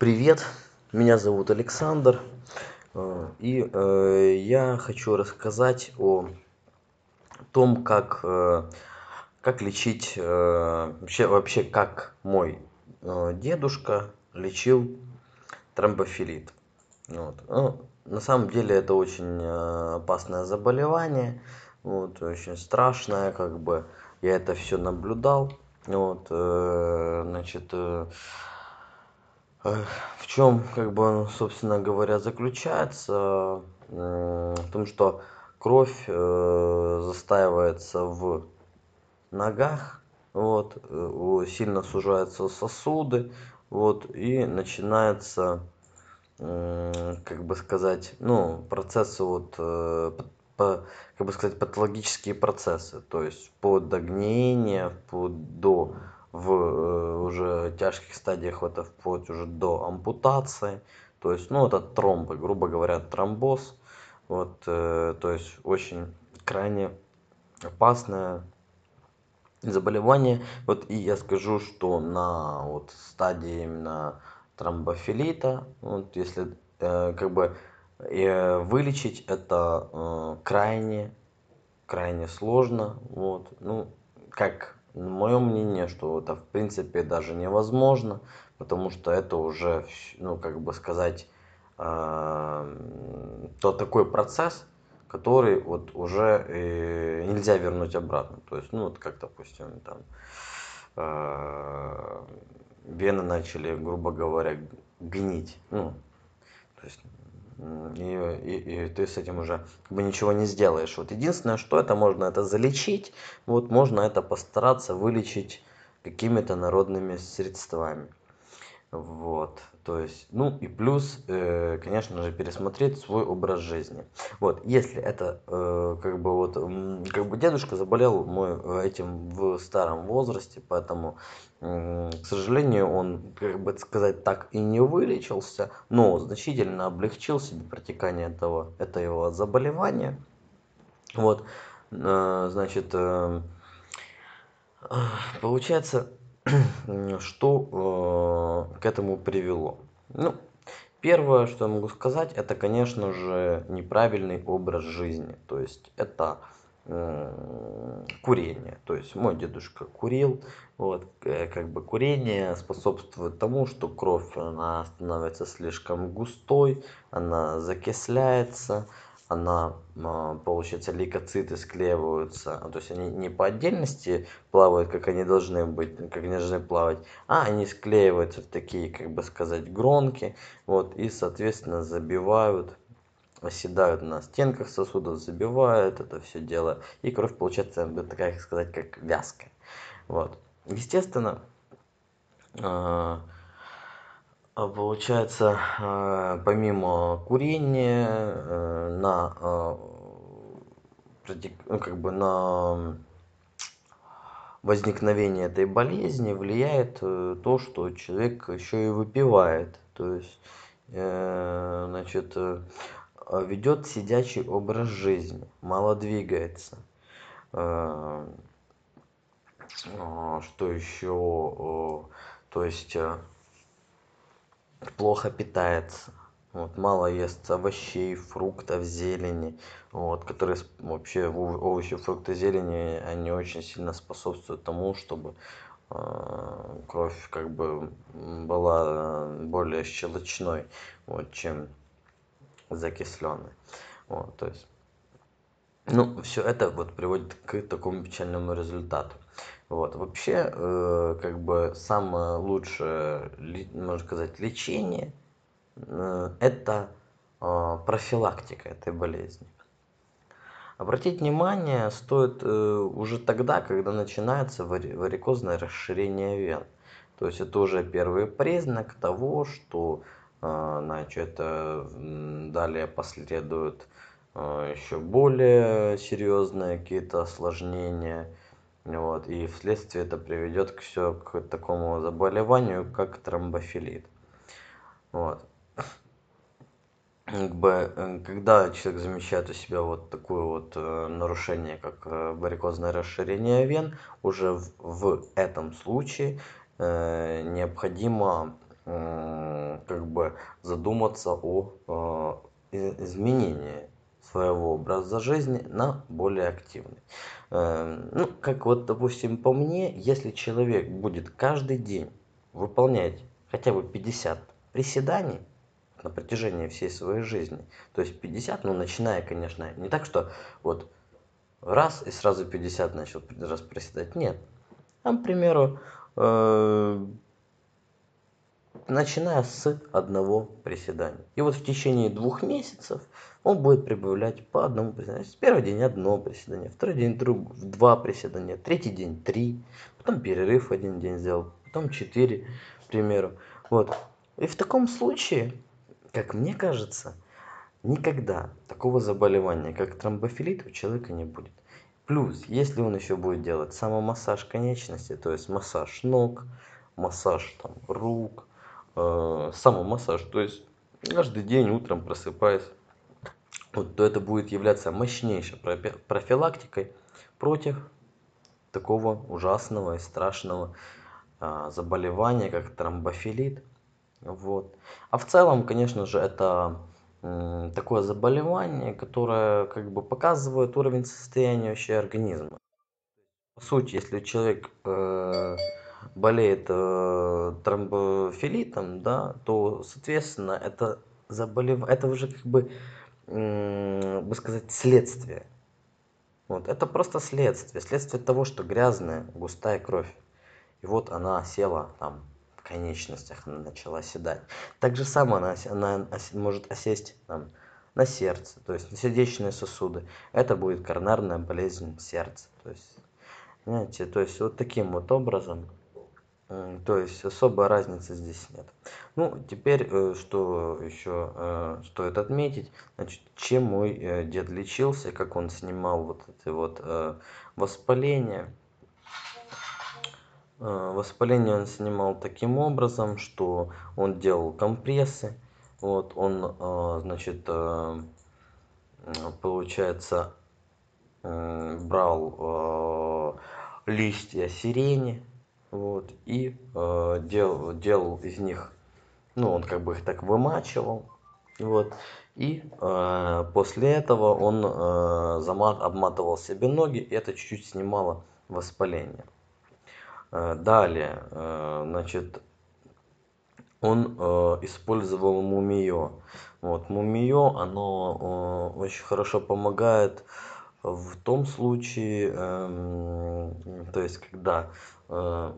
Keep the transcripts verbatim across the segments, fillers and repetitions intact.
Привет, меня зовут Александр, э, и э, я хочу рассказать о том, как, э, как лечить, э, вообще, вообще как мой э, дедушка лечил тромбофилит. Вот. Ну, на самом деле это очень э, опасное заболевание, вот, очень страшное, как бы я это все наблюдал. Вот, э, значит, э, Э, В чем, как бы, оно, собственно говоря, заключается? М, В том, что кровь э, застаивается в ногах, вот, э, у- сильно сужаются сосуды, вот, и начинается, м, как бы сказать, ну, процессы, вот, э, п- по- как бы сказать, патологические процессы, то есть вплоть до гниения, вплоть до, в э, уже тяжких стадиях, это вплоть уже до ампутации, то есть, ну, это тромбы, грубо говоря, тромбоз, вот, э, то есть очень крайне опасная заболевание. Вот и я скажу, что на вот стадии именно тромбофилита, вот если э, как бы э, вылечить это э, крайне, крайне сложно. Вот. Ну, как мое мнение, что это в принципе даже невозможно, потому что это уже, ну, как бы сказать, э, то такой процесс, который вот уже э, нельзя вернуть обратно. То есть, ну, вот как, допустим, там э, вены начали, грубо говоря, гнить. Ну, то есть, и, и, и ты с этим уже как бы ничего не сделаешь. Вот единственное, что это можно это залечить, вот можно это постараться вылечить какими-то народными средствами. Вот, то есть, ну и плюс, э, конечно же, пересмотреть свой образ жизни. Вот, если это, э, как бы вот, м, как бы дедушка заболел мой э, этим в старом возрасте, поэтому, м, к сожалению, он, как бы сказать, так и не вылечился, но значительно облегчил себе протекание этого, этого заболевания. Вот, э, значит, э, получается, что э, к этому привело? Ну, первое, что я могу сказать, это, конечно же, неправильный образ жизни. То есть это м, курение. То есть мой дедушка курил. Вот, э, как бы курение способствует тому, что кровь она становится слишком густой, она закисляется, она, а, получается, лейкоциты склеиваются, а, то есть они не по отдельности плавают, как они должны быть, как они должны плавать, а они склеиваются в такие, как бы сказать, гронки, вот, и, соответственно, забивают, оседают на стенках сосудов, забивают это все дело, и кровь получается, вот такая, как сказать, как вязкая, вот. Естественно, а, а получается, а, помимо курения, э, на, а, протек- ну, как бы на возникновение этой болезни влияет э, то, что человек еще и выпивает, то есть, э, значит, э, ведет сидячий образ жизни, мало двигается. Э, а, Что еще? О, То есть э, плохо питается. Вот, мало ест овощей, фруктов, зелени, вот, которые с- вообще ов- овощи, фрукты, зелени, они очень сильно способствуют тому, чтобы э, кровь как бы м, была э, более щелочной, вот, чем закисленной. Вот, то есть, ну, все это вот приводит к такому печальному результату. Вот, вообще, э, как бы самое лучшее, ли- можно сказать, лечение э, это а, профилактика этой болезни. Обратить внимание стоит э, уже тогда, когда начинается вари- варикозное расширение вен. То есть это уже первый признак того, что э, значит, э, м, далее последуют э, еще более серьезные какие-то осложнения. Вот, и вследствие это приведет к, все, к такому заболеванию, как тромбофилит. Вот. Как бы, э, когда человек замечает у себя вот такое вот э, нарушение, как э, варикозное расширение вен, уже в, в этом случае э, необходимо, м, как бы задуматься о э, изменении своего образа жизни на более активный. Э, Ну, как вот, допустим, по мне, если человек будет каждый день выполнять хотя бы пятьдесят приседаний на протяжении всей своей жизни, то есть пятьдесят, ну, начиная, конечно, не так, что вот раз и сразу пятьдесят начал раз приседать, нет. Там, к примеру, э, начиная с одного приседания. И вот в течение двух месяцев он будет прибавлять по одному приседанию. В первый день одно приседание, второй день друг, два приседания, третий день три, потом перерыв один день сделал, потом четыре, к примеру. Вот. И в таком случае, как мне кажется, никогда такого заболевания, как тромбофилит, у человека не будет. Плюс, если он еще будет делать самомассаж конечности, то есть массаж ног, массаж там, рук, э, самомассаж, то есть каждый день утром просыпаясь, вот, то это будет являться мощнейшей профилактикой против такого ужасного и страшного а, заболевания, как тромбофилит. Вот. А в целом, конечно же, это м, такое заболевание, которое как бы показывает уровень состояния вообще организма. По сути, если человек э, болеет э, тромбофилитом, да, то, соответственно, это заболев... это уже как бы, м, бы сказать, следствие. Вот. Это просто следствие. Следствие того, что грязная, густая кровь. И вот она села там в конечностях, она начала оседать. Так же самое она, она может осесть там, на сердце, то есть на сердечные сосуды. Это будет коронарная болезнь сердца. То есть, знаете, то есть вот таким вот образом. То есть особой разницы здесь нет. Ну, теперь, э, что еще э, стоит отметить, значит, чем мой э, дед лечился, как он снимал вот эти вот э, воспаления. Э, Воспаление он снимал таким образом, что он делал компрессы, вот, он, э, значит, э, получается, э, брал э, листья сирени, вот, и э, делал, делал из них, ну, он как бы их так вымачивал, вот, и э, после этого он э, замат, обматывал себе ноги, и это чуть-чуть снимало воспаление. Э, далее, э, значит, он э, использовал мумиё. Вот, мумиё, оно э, очень хорошо помогает в том случае, эм, то есть, когда, э,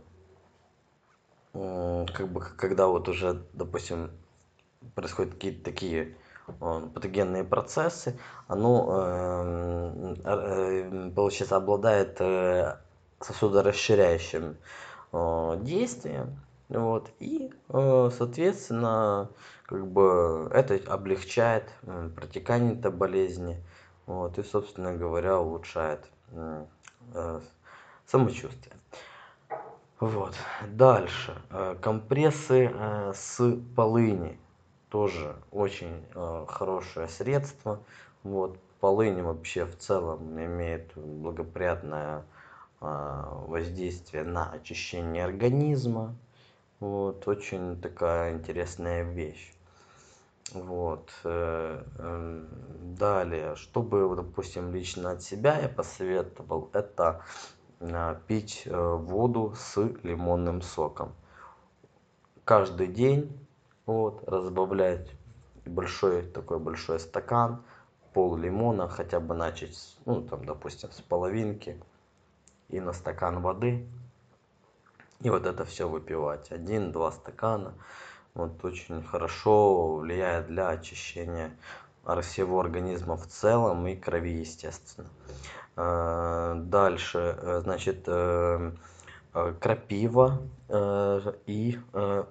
м, как бы, когда вот уже, допустим, происходят какие-то такие э, патогенные процессы, оно, э, э, получается, обладает э, сосудорасширяющим э, действием, вот, и, э, соответственно, как бы это облегчает э, протекание этой болезни, вот, и, собственно говоря, улучшает э, э, самочувствие. Вот. Дальше. Э, Компрессы э, с полыни. Тоже очень э, хорошее средство. Вот. Полынь вообще в целом имеет благоприятное э, воздействие на очищение организма. Вот. Очень такая интересная вещь. Вот. э, эм, Далее, чтобы, допустим, лично от себя я посоветовал, это а, пить э, воду с лимонным соком. Каждый день вот, разбавлять большой такой большой стакан, пол лимона, хотя бы начать, с, ну, там, допустим, с половинки и на стакан воды. И вот это все выпивать. Один-два стакана. Вот очень хорошо влияет для очищения всего организма в целом и крови, естественно. Э, Дальше, э, значит, э, э, крапива э, и э,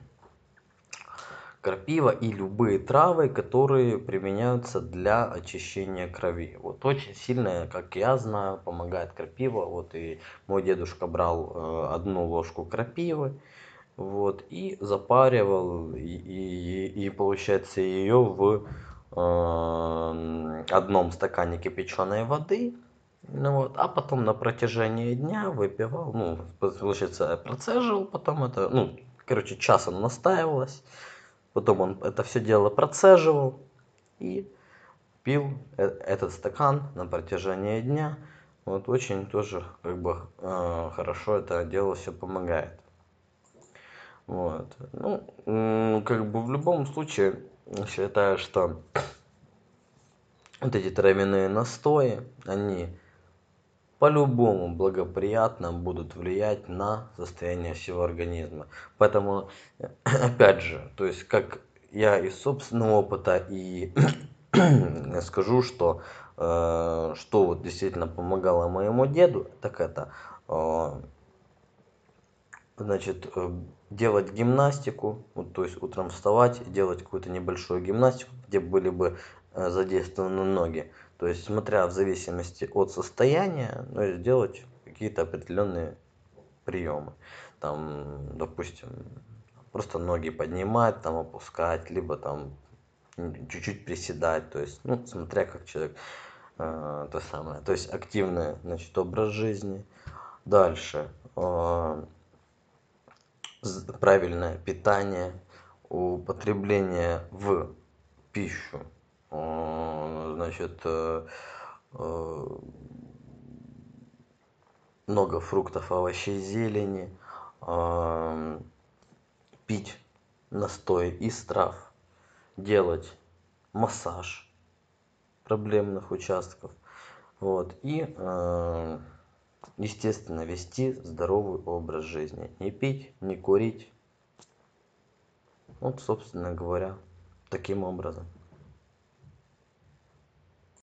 крапива и любые травы, которые применяются для очищения крови. Вот очень сильно, как я знаю, помогает крапива. Вот и мой дедушка брал э, одну ложку крапивы, вот, и запаривал, и, и, и получается ее в э, одном стакане кипяченой воды, ну вот, а потом на протяжении дня выпивал, ну, получается, процеживал потом это, ну, короче, час оно настаивалось, потом он это все дело процеживал и пил этот стакан на протяжении дня. Вот очень тоже как бы э, хорошо это дело все помогает. Вот. Ну, как бы в любом случае, считаю, что вот эти травяные настои, они по-любому благоприятно будут влиять на состояние всего организма. Поэтому, опять же, то есть, как я из собственного опыта и скажу, что э, что вот действительно помогало моему деду, так это э, значит, э, делать гимнастику, вот, то есть утром вставать и делать какую-то небольшую гимнастику, где были бы э, задействованы ноги. То есть, смотря в зависимости от состояния, ну, и делать какие-то определенные приемы. Там, допустим, просто ноги поднимать, там опускать, либо там чуть-чуть приседать. То есть, ну, смотря как человек, э, то самое. То есть активный, значит, образ жизни. Дальше. Э, правильное питание, употребление в пищу, э, значит, э, э, много фруктов, овощей, зелени, э, пить настой из трав, делать массаж проблемных участков, вот, и, э, естественно, вести здоровый образ жизни, не пить, не курить. Вот, собственно говоря, таким образом.